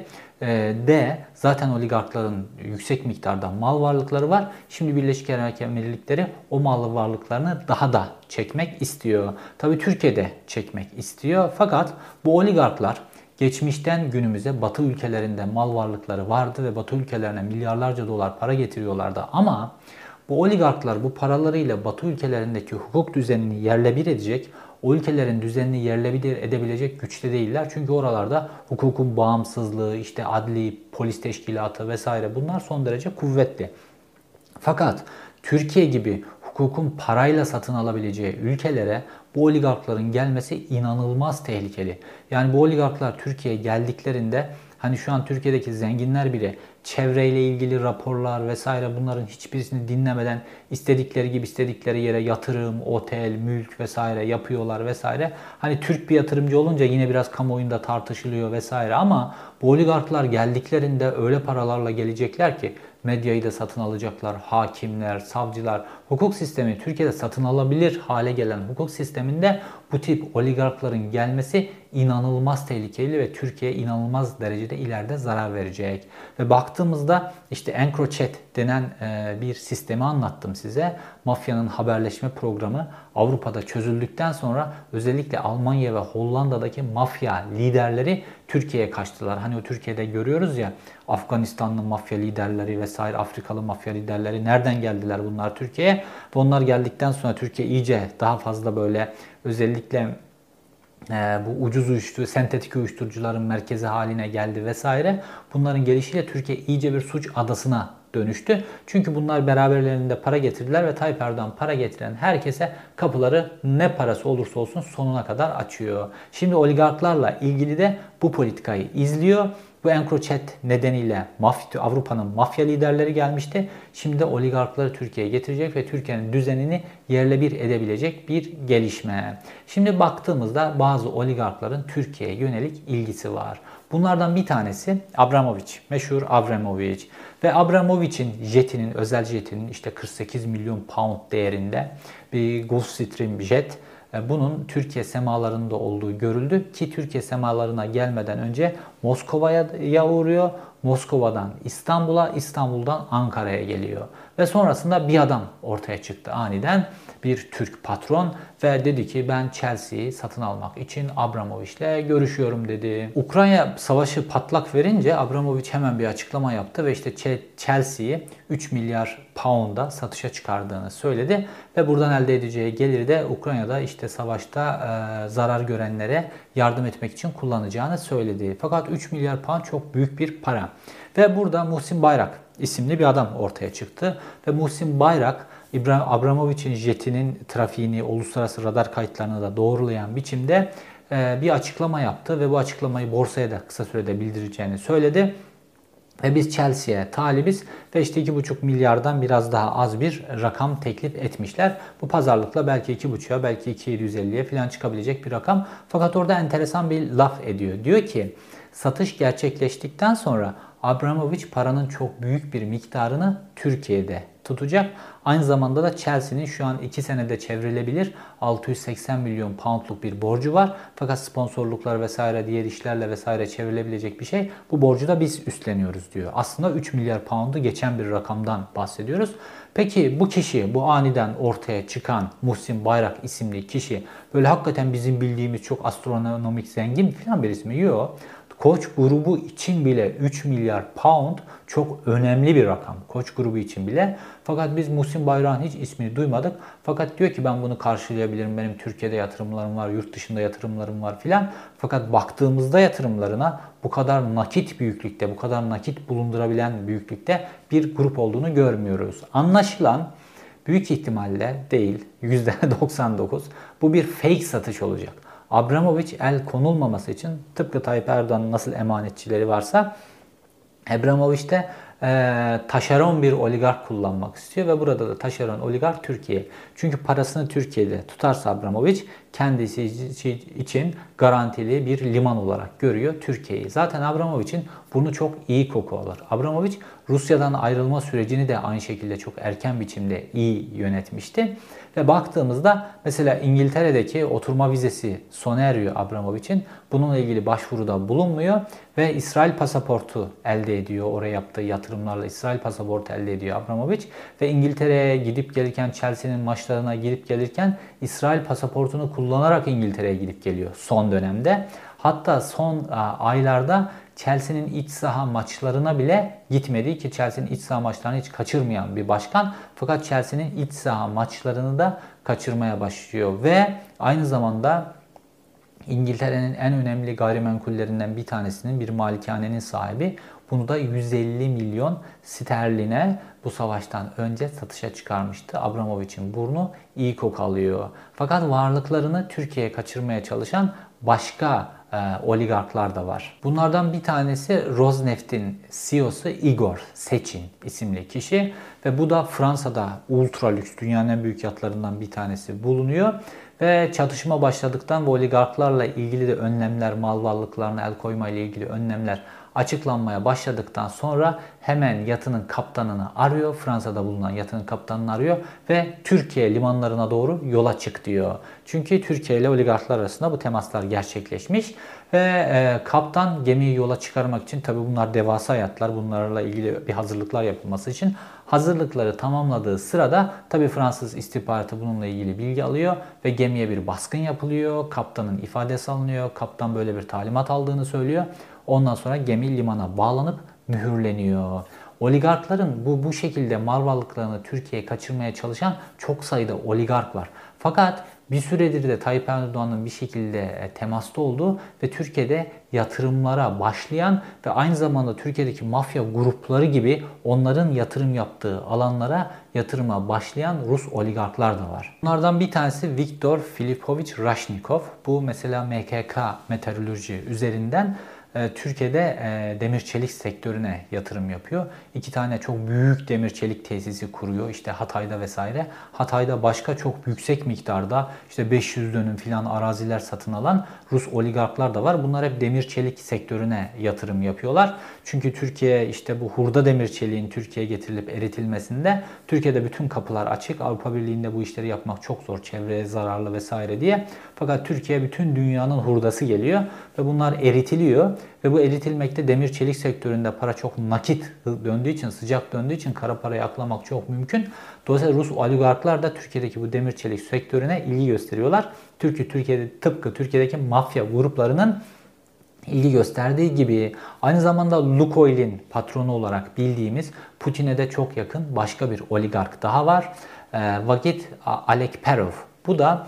de zaten oligarkların yüksek miktarda mal varlıkları var. Şimdi Birleşik Arap Emirlikleri o mal varlıklarını daha da çekmek istiyor. Tabii Türkiye de çekmek istiyor. Fakat bu oligarklar geçmişten günümüze Batı ülkelerinde mal varlıkları vardı ve Batı ülkelerine milyarlarca dolar para getiriyorlardı. Ama bu oligarklar bu paralarıyla Batı ülkelerindeki hukuk düzenini yerle bir edecek, o ülkelerin düzenini yerle bir edebilecek güçte değiller. Çünkü oralarda hukukun bağımsızlığı, işte adli, polis teşkilatı vesaire bunlar son derece kuvvetli. Fakat Türkiye gibi hukukun parayla satın alabileceği ülkelere bu oligarkların gelmesi inanılmaz tehlikeli. Yani bu oligarklar Türkiye'ye geldiklerinde hani şu an Türkiye'deki zenginler bile çevreyle ilgili raporlar vesaire bunların hiçbirisini dinlemeden istedikleri gibi istedikleri yere yatırım, otel, mülk vesaire yapıyorlar vesaire. Hani Türk bir yatırımcı olunca yine biraz kamuoyunda tartışılıyor vesaire ama bu oligarklar geldiklerinde öyle paralarla gelecekler ki medyayı da satın alacaklar, hakimler, savcılar, hukuk sistemi Türkiye'de satın alabilir hale gelen hukuk sisteminde bu tip oligarkların gelmesi inanılmaz tehlikeli ve Türkiye'ye inanılmaz derecede ileride zarar verecek. Ve baktığımızda işte EncroChat denen bir sistemi anlattım size. Mafyanın haberleşme programı Avrupa'da çözüldükten sonra özellikle Almanya ve Hollanda'daki mafya liderleri Türkiye'ye kaçtılar. Hani o Türkiye'de görüyoruz ya Afganistanlı mafya liderleri vesaire Afrikalı mafya liderleri nereden geldiler bunlar Türkiye'ye? Ve onlar geldikten sonra Türkiye iyice daha fazla böyle özellikle bu ucuz sentetik uyuşturucuların merkezi haline geldi vesaire. Bunların gelişiyle Türkiye iyice bir suç adasına dönüştü. Çünkü bunlar beraberlerinde para getirdiler ve Tayyip Erdoğan para getiren herkese kapıları ne parası olursa olsun sonuna kadar açıyor. Şimdi oligarklarla ilgili de bu politikayı izliyor. Bu EncroChat nedeniyle Avrupa'nın mafya liderleri gelmişti. Şimdi de oligarkları Türkiye'ye getirecek ve Türkiye'nin düzenini yerle bir edebilecek bir gelişme. Şimdi baktığımızda bazı oligarkların Türkiye'ye yönelik ilgisi var. Bunlardan bir tanesi Abramovich, meşhur Abramovich. Ve Abramovich'in jetinin, özel jetinin işte 48 milyon pound değerinde bir Gulfstream jet. Bunun Türkiye semalarında olduğu görüldü ki Türkiye semalarına gelmeden önce Moskova'ya uğruyor. Moskova'dan İstanbul'a, İstanbul'dan Ankara'ya geliyor. Ve sonrasında bir adam ortaya çıktı aniden. Bir Türk patron ve dedi ki ben Chelsea'yi satın almak için Abramovich'le görüşüyorum dedi. Ukrayna savaşı patlak verince Abramovich hemen bir açıklama yaptı ve işte Chelsea'yi 3 milyar pound'a satışa çıkardığını söyledi. Ve buradan elde edeceği geliri de Ukrayna'da işte savaşta zarar görenlere yardım etmek için kullanacağını söyledi. Fakat 3 milyar pound çok büyük bir para. Ve burada Muhsin Bayrak isimli bir adam ortaya çıktı. Ve Muhsin Bayrak Abramovich'in jetinin trafiğini, uluslararası radar kayıtlarını da doğrulayan biçimde bir açıklama yaptı ve bu açıklamayı borsaya da kısa sürede bildireceğini söyledi. Ve biz Chelsea'ye talibiz ve işte 2,5 milyardan biraz daha az bir rakam teklif etmişler. Bu pazarlıkla belki 2,5'a belki 2,750'ye falan çıkabilecek bir rakam. Fakat orada enteresan bir laf ediyor. Diyor ki satış gerçekleştikten sonra Abramovich paranın çok büyük bir miktarını Türkiye'de tutacak. Aynı zamanda da Chelsea'nin şu an 2 senede çevrilebilir 680 milyon poundluk bir borcu var. Fakat sponsorluklar vesaire diğer işlerle vesaire çevrilebilecek bir şey. Bu borcu da biz üstleniyoruz diyor. Aslında 3 milyar pound'u geçen bir rakamdan bahsediyoruz. Peki bu kişi, bu aniden ortaya çıkan Muhsin Bayrak isimli kişi böyle hakikaten bizim bildiğimiz çok astronomik zengin falan birisi mi? Yok. Koç grubu için bile 3 milyar pound çok önemli bir rakam. Koç grubu için bile. Fakat biz Muhsin Bayrak'ın hiç ismini duymadık. Fakat diyor ki ben bunu karşılayabilirim. Benim Türkiye'de yatırımlarım var, yurt dışında yatırımlarım var filan. Fakat baktığımızda yatırımlarına bu kadar nakit büyüklükte, bu kadar nakit bulundurabilen büyüklükte bir grup olduğunu görmüyoruz. Anlaşılan büyük ihtimalle değil, %99 bu bir fake satış olacak. Abramovich el konulmaması için tıpkı Tayyip Erdoğan'ın nasıl emanetçileri varsa Abramovich de taşeron bir oligark kullanmak istiyor ve burada da taşeron oligark Türkiye. Çünkü parasını Türkiye'de tutarsa Abramovich kendisi için garantili bir liman olarak görüyor Türkiye'yi. Zaten Abramovich'in burnu çok iyi koku alır. Abramovich Rusya'dan ayrılma sürecini de aynı şekilde çok erken biçimde iyi yönetmişti. Ve baktığımızda mesela İngiltere'deki oturma vizesi sona eriyor Abramovich'in. Bununla ilgili başvuruda bulunmuyor ve İsrail pasaportu elde ediyor. Oraya yaptığı yatırımlarla İsrail pasaportu elde ediyor Abramovich. Ve İngiltere'ye gidip gelirken, Chelsea'nin maçlarına gidip gelirken İsrail pasaportunu kullanarak İngiltere'ye gidip geliyor son dönemde. Hatta son aylarda Chelsea'nin iç saha maçlarına bile gitmedi ki Chelsea'nin iç saha maçlarını hiç kaçırmayan bir başkan. Fakat Chelsea'nin iç saha maçlarını da kaçırmaya başlıyor ve aynı zamanda İngiltere'nin en önemli gayrimenkullerinden bir tanesinin bir malikanenin sahibi. Bunu da 150 milyon sterline bu savaştan önce satışa çıkarmıştı. Abramovich'in burnu iyi koku alıyor. Fakat varlıklarını Türkiye'ye kaçırmaya çalışan başka oligarklar da var. Bunlardan bir tanesi Rosneft'in CEO'su Igor Sechin isimli kişi ve bu da Fransa'da ultra lüks dünyanın en büyük yatlarından bir tanesi bulunuyor. Ve çatışma başladıktan ve oligarklarla ilgili de önlemler, mal varlıklarına el koyma ile ilgili önlemler açıklanmaya başladıktan sonra hemen yatının kaptanını arıyor. Fransa'da bulunan yatının kaptanını arıyor ve Türkiye limanlarına doğru yola çık diyor. Çünkü Türkiye ile oligarklar arasında bu temaslar gerçekleşmiş ve kaptan gemiyi yola çıkarmak için tabi bunlar devasa yatlar. Bunlarla ilgili bir hazırlıklar yapılması için hazırlıkları tamamladığı sırada tabi Fransız istihbaratı bununla ilgili bilgi alıyor ve gemiye bir baskın yapılıyor. Kaptanın ifadesi alınıyor. Kaptan böyle bir talimat aldığını söylüyor. Ondan sonra gemi limana bağlanıp mühürleniyor. Oligarkların bu şekilde mal varlıklarını Türkiye'ye kaçırmaya çalışan çok sayıda oligark var. Fakat bir süredir de Tayyip Erdoğan'ın bir şekilde temasta olduğu ve Türkiye'de yatırımlara başlayan ve aynı zamanda Türkiye'deki mafya grupları gibi onların yatırım yaptığı alanlara yatırıma başlayan Rus oligarklar da var. Bunlardan bir tanesi Viktor Filipovich Rashnikov. Bu mesela MKK metalürji üzerinden Türkiye'de demir çelik sektörüne yatırım yapıyor. 2 tane çok büyük demir çelik tesisi kuruyor. İşte Hatay'da vesaire. Hatay'da başka çok yüksek miktarda işte 500 dönüm filan araziler satın alan Rus oligarklar da var. Bunlar hep demir çelik sektörüne yatırım yapıyorlar. Çünkü Türkiye işte bu hurda demir çeliğin Türkiye'ye getirilip eritilmesinde Türkiye'de bütün kapılar açık. Avrupa Birliği'nde bu işleri yapmak çok zor. Çevreye zararlı vesaire diye. Fakat Türkiye bütün dünyanın hurdası geliyor ve bunlar eritiliyor. Ve bu eritilmekte demir çelik sektöründe para çok nakit döndüğü için, sıcak döndüğü için kara parayı aklamak çok mümkün. Dolayısıyla Rus oligarklar da Türkiye'deki bu demir çelik sektörüne ilgi gösteriyorlar. Türkiye'de tıpkı Türkiye'deki mafya gruplarının ilgi gösterdiği gibi aynı zamanda Lukoil'in patronu olarak bildiğimiz Putin'e de çok yakın başka bir oligark daha var. Vagit Alekperov. Bu da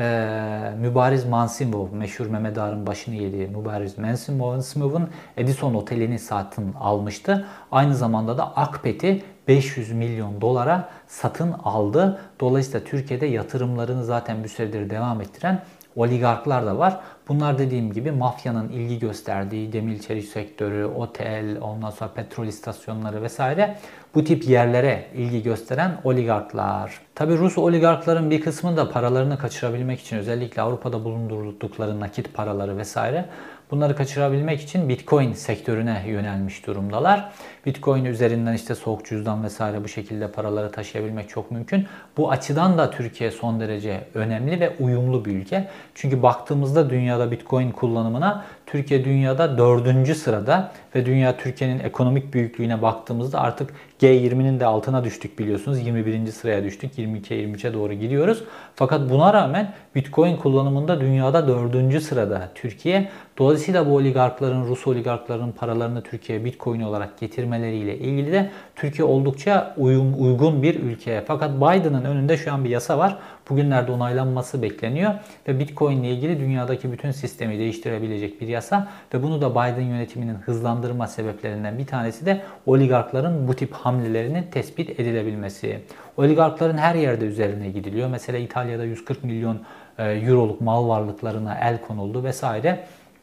Mübariz Mansimov, meşhur Mehmet Ağar'ın başını yediği Mübariz Mansimov'un Edison Oteli'ni satın almıştı. Aynı zamanda da Akpet'i 500 milyon dolara satın aldı. Dolayısıyla Türkiye'de yatırımlarını zaten bir süredir devam ettiren oligarklar da var. Bunlar dediğim gibi mafyanın ilgi gösterdiği demir çelik sektörü, otel, ondan sonra petrol istasyonları vesaire bu tip yerlere ilgi gösteren oligarklar. Tabi Rus oligarkların bir kısmı da paralarını kaçırabilmek için özellikle Avrupa'da bulundurdukları nakit paraları vesaire bunları kaçırabilmek için Bitcoin sektörüne yönelmiş durumdalar. Bitcoin üzerinden işte soğuk cüzdan vesaire bu şekilde paraları taşıyabilmek çok mümkün. Bu açıdan da Türkiye son derece önemli ve uyumlu bir ülke. Çünkü baktığımızda dünyada Bitcoin kullanımına Türkiye dünyada 4. sırada ve dünya Türkiye'nin ekonomik büyüklüğüne baktığımızda artık G20'nin de altına düştük biliyorsunuz. 21. sıraya düştük. 22'ye 23'e doğru gidiyoruz. Fakat buna rağmen Bitcoin kullanımında dünyada 4. sırada Türkiye. Dolayısıyla bu oligarkların, Rus oligarkların paralarını Türkiye'ye Bitcoin olarak getirmeleriyle ilgili de Türkiye oldukça uygun bir ülke. Fakat Biden'ın önünde şu an bir yasa var. Bugünlerde onaylanması bekleniyor ve Bitcoin ile ilgili dünyadaki bütün sistemi değiştirebilecek bir yasa ve bunu da Biden yönetiminin hızlandırma sebeplerinden bir tanesi de oligarkların bu tip hamlelerinin tespit edilebilmesi. Oligarkların her yerde üzerine gidiliyor. Mesela İtalya'da 140 milyon euroluk mal varlıklarına el konuldu vesaire.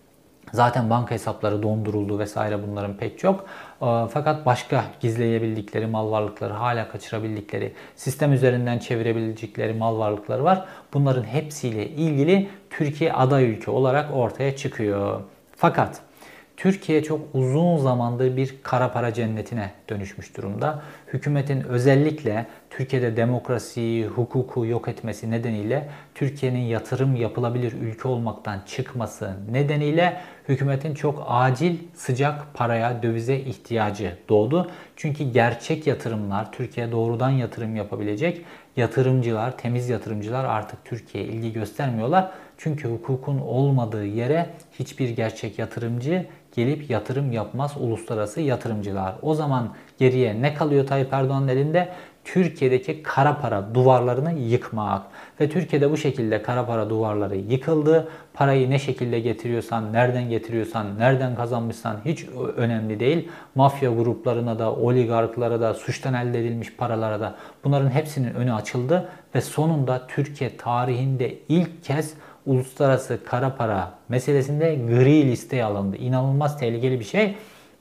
Zaten banka hesapları donduruldu vesaire bunların pek çok. Fakat başka gizleyebildikleri mal varlıkları, hala kaçırabildikleri, sistem üzerinden çevirebilecekleri mal varlıkları var. Bunların hepsiyle ilgili Türkiye aday ülke olarak ortaya çıkıyor. Fakat Türkiye çok uzun zamandır bir kara para cennetine dönüşmüş durumda. Hükümetin özellikle Türkiye'de demokrasiyi, hukuku yok etmesi nedeniyle Türkiye'nin yatırım yapılabilir ülke olmaktan çıkması nedeniyle hükümetin çok acil sıcak paraya, dövize ihtiyacı doğdu. Çünkü gerçek yatırımlar, Türkiye'ye doğrudan yatırım yapabilecek yatırımcılar, temiz yatırımcılar artık Türkiye'ye ilgi göstermiyorlar. Çünkü hukukun olmadığı yere hiçbir gerçek yatırımcı gelip yatırım yapmaz, uluslararası yatırımcılar. O zaman geriye ne kalıyor Tayyip Erdoğan'ın elinde? Türkiye'deki kara para duvarlarını yıkmak. Ve Türkiye'de bu şekilde kara para duvarları yıkıldı. Parayı ne şekilde getiriyorsan, nereden getiriyorsan, nereden kazanmışsan hiç önemli değil. Mafya gruplarına da, oligarklara da, suçtan elde edilmiş paralara da bunların hepsinin önü açıldı. Ve sonunda Türkiye tarihinde ilk kez uluslararası kara para meselesinde gri listeye alındı. İnanılmaz tehlikeli bir şey.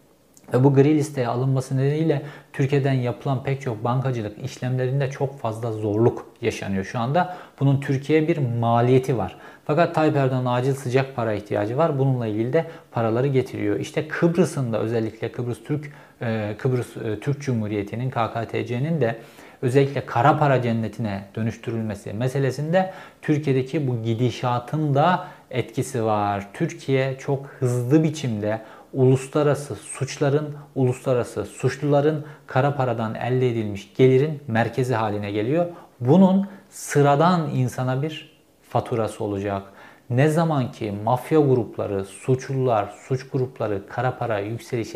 Ve bu gri listeye alınması nedeniyle Türkiye'den yapılan pek çok bankacılık işlemlerinde çok fazla zorluk yaşanıyor şu anda. Bunun Türkiye'ye bir maliyeti var. Fakat Tayyip Erdoğan'ın acil sıcak para ihtiyacı var. Bununla ilgili de paraları getiriyor. İşte Kıbrıs'ın da özellikle Kıbrıs Türk Cumhuriyeti'nin, KKTC'nin de özellikle kara para cennetine dönüştürülmesi meselesinde Türkiye'deki bu gidişatın da etkisi var. Türkiye çok hızlı biçimde uluslararası suçların, uluslararası suçluların kara paradan elde edilmiş gelirin merkezi haline geliyor. Bunun sıradan insana bir faturası olacak. Ne zaman ki mafya grupları, suçlular, suç grupları kara para yükselişe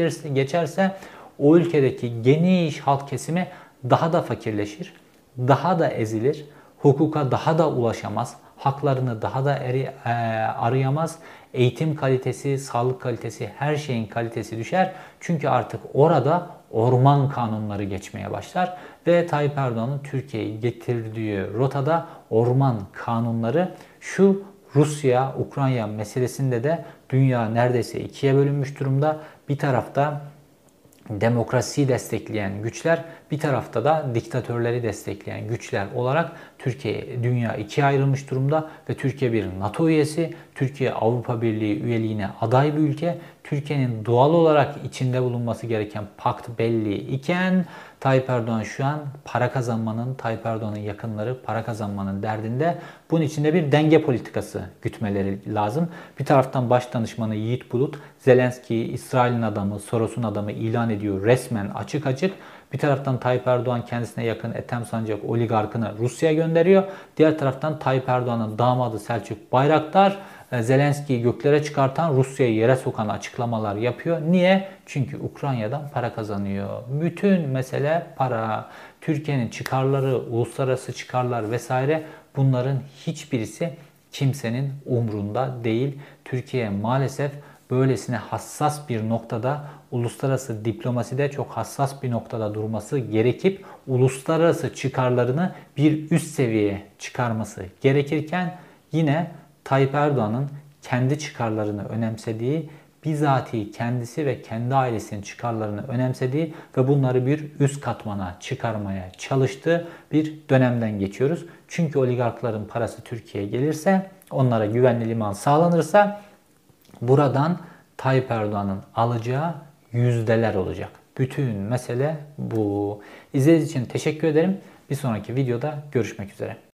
geçerse o ülkedeki geniş halk kesimi daha da fakirleşir, daha da ezilir, hukuka daha da ulaşamaz, haklarını daha da arayamaz, eğitim kalitesi, sağlık kalitesi, her şeyin kalitesi düşer. Çünkü artık orada orman kanunları geçmeye başlar ve Tayyip Erdoğan'ın Türkiye'yi getirdiği rotada orman kanunları şu Rusya-Ukrayna meselesinde de dünya neredeyse ikiye bölünmüş durumda. Bir tarafta demokrasiyi destekleyen güçler, bir tarafta da diktatörleri destekleyen güçler olarak dünya ikiye ayrılmış durumda ve Türkiye bir NATO üyesi, Türkiye Avrupa Birliği üyeliğine aday bir ülke. Türkiye'nin doğal olarak içinde bulunması gereken pakt belli iken Tayyip Erdoğan şu an para kazanmanın, Tayyip Erdoğan'ın yakınları para kazanmanın derdinde. Bunun için de bir denge politikası gütmeleri lazım. Bir taraftan Başdanışmanı Yiğit Bulut, Zelenski'yi İsrail'in adamı, Soros'un adamı ilan ediyor resmen açık açık. Bir taraftan Tayyip Erdoğan kendisine yakın Ethem Sancak oligarkını Rusya'ya gönderiyor. Diğer taraftan Tayyip Erdoğan'ın damadı Selçuk Bayraktar Zelenski'yi göklere çıkartan, Rusya'yı yere sokan açıklamalar yapıyor. Niye? Çünkü Ukrayna'dan para kazanıyor. Bütün mesele para. Türkiye'nin çıkarları, uluslararası çıkarlar vesaire bunların hiçbirisi kimsenin umrunda değil. Türkiye maalesef böylesine hassas bir noktada, uluslararası diplomaside çok hassas bir noktada durması gerekip uluslararası çıkarlarını bir üst seviyeye çıkarması gerekirken yine Tayyip Erdoğan'ın kendi çıkarlarını önemsediği, bizatihi kendisi ve kendi ailesinin çıkarlarını önemsediği ve bunları bir üst katmana çıkarmaya çalıştığı bir dönemden geçiyoruz. Çünkü oligarkların parası Türkiye'ye gelirse, onlara güvenli liman sağlanırsa buradan Tayyip Erdoğan'ın alacağı yüzdeler olacak. Bütün mesele bu. İzlediğiniz için teşekkür ederim. Bir sonraki videoda görüşmek üzere.